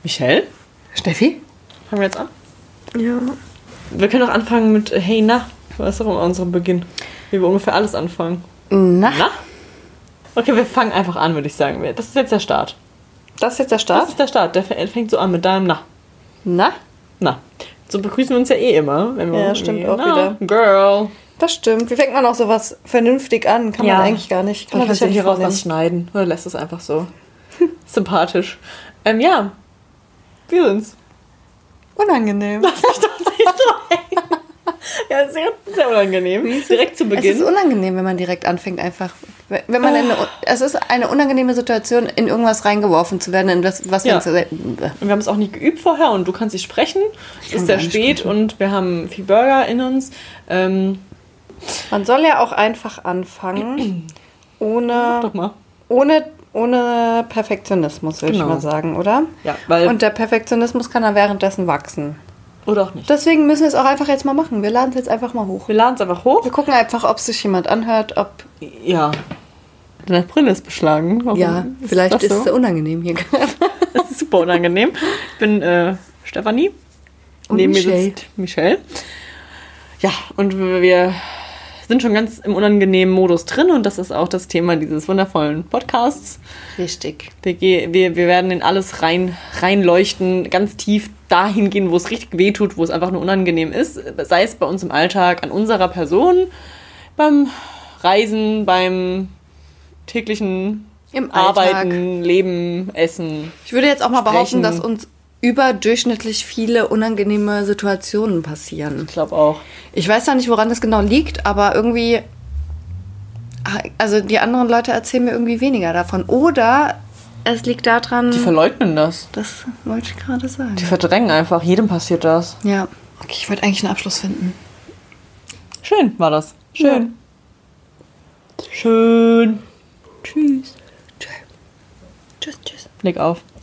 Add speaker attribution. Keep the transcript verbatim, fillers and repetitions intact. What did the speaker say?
Speaker 1: Michelle?
Speaker 2: Steffi?
Speaker 1: Fangen wir jetzt an?
Speaker 2: Ja.
Speaker 1: Wir können auch anfangen mit äh, Hey, na. Das ist doch immer unserem Beginn. Wie wir ungefähr alles anfangen.
Speaker 2: Na?
Speaker 1: Na? Okay, wir fangen einfach an, würde ich sagen. Das ist jetzt der Start.
Speaker 2: Das ist jetzt der Start?
Speaker 1: Das ist der Start. Der fängt so an mit deinem Na.
Speaker 2: Na?
Speaker 1: Na. So begrüßen wir uns ja eh immer. Wenn wir
Speaker 2: Ja, stimmt auch
Speaker 1: na,
Speaker 2: wieder.
Speaker 1: Girl.
Speaker 2: Das stimmt. Wie fängt man auch sowas vernünftig an? Kann
Speaker 1: Ja.
Speaker 2: man eigentlich gar nicht. Kann
Speaker 1: Man
Speaker 2: man
Speaker 1: kann
Speaker 2: sich ja
Speaker 1: ja
Speaker 2: nicht
Speaker 1: hier raus
Speaker 2: vornehmen.
Speaker 1: was schneiden. Oder lässt es einfach so. Sympathisch. Ähm, ja. Wir sind's.
Speaker 2: Unangenehm.
Speaker 1: Lass mich doch nicht so hängen. Ja, das ist sehr, sehr unangenehm. Direkt zu
Speaker 2: Es
Speaker 1: Beginn.
Speaker 2: ist unangenehm, wenn man direkt anfängt, einfach. Wenn man in eine, es ist eine unangenehme Situation, in irgendwas reingeworfen zu werden, in das, was
Speaker 1: Ja.
Speaker 2: wir uns.
Speaker 1: Und wir haben es auch nicht geübt vorher und du kannst nicht sprechen. Es
Speaker 2: kann
Speaker 1: ist sehr
Speaker 2: gar nicht
Speaker 1: spät
Speaker 2: sprechen.
Speaker 1: und wir haben viel Burger in uns. Ähm,
Speaker 2: Man soll ja auch einfach anfangen, ohne,
Speaker 1: doch mal.
Speaker 2: ohne, ohne Perfektionismus, würde
Speaker 1: Genau.
Speaker 2: ich mal sagen, oder?
Speaker 1: Ja, weil.
Speaker 2: Und der Perfektionismus kann dann währenddessen wachsen.
Speaker 1: oder auch nicht.
Speaker 2: Deswegen müssen wir es auch einfach jetzt mal machen. Wir laden es jetzt einfach mal hoch.
Speaker 1: Wir laden es einfach hoch.
Speaker 2: Wir gucken einfach, ob sich jemand anhört, ob.
Speaker 1: Ja. Deine Brille ist beschlagen. Warum
Speaker 2: Ja, vielleicht
Speaker 1: das
Speaker 2: ist
Speaker 1: so?
Speaker 2: es unangenehm hier gerade.
Speaker 1: Das ist super unangenehm. Ich bin äh, Stefanie.
Speaker 2: Und
Speaker 1: Neben mir
Speaker 2: Michelle.
Speaker 1: sitzt Michelle. Ja, und wir sind schon ganz im unangenehmen Modus drin und das ist auch das Thema dieses wundervollen Podcasts.
Speaker 2: Richtig.
Speaker 1: Wir, ge- wir, wir werden in alles rein, reinleuchten, ganz tief dahin gehen, wo es richtig wehtut, wo es einfach nur unangenehm ist. Sei es bei uns im Alltag, an unserer Person, beim Reisen, beim täglichen
Speaker 2: Im Alltag.
Speaker 1: Arbeiten, Leben, Essen.
Speaker 2: Ich würde jetzt auch mal
Speaker 1: Sprechen.
Speaker 2: behaupten, dass uns überdurchschnittlich viele unangenehme Situationen passieren.
Speaker 1: Ich glaube auch.
Speaker 2: Ich weiß ja nicht, woran das genau liegt, aber irgendwie, also die anderen Leute erzählen mir irgendwie weniger davon. Oder es liegt daran,
Speaker 1: Die verleugnen das.
Speaker 2: das wollte ich gerade sagen.
Speaker 1: Die verdrängen einfach. Jedem passiert das.
Speaker 2: Ja. Okay, ich wollte eigentlich einen Abschluss finden.
Speaker 1: Schön war das. Schön. Schön.
Speaker 2: Tschüss. Tschüss, tschüss.
Speaker 1: Leg auf.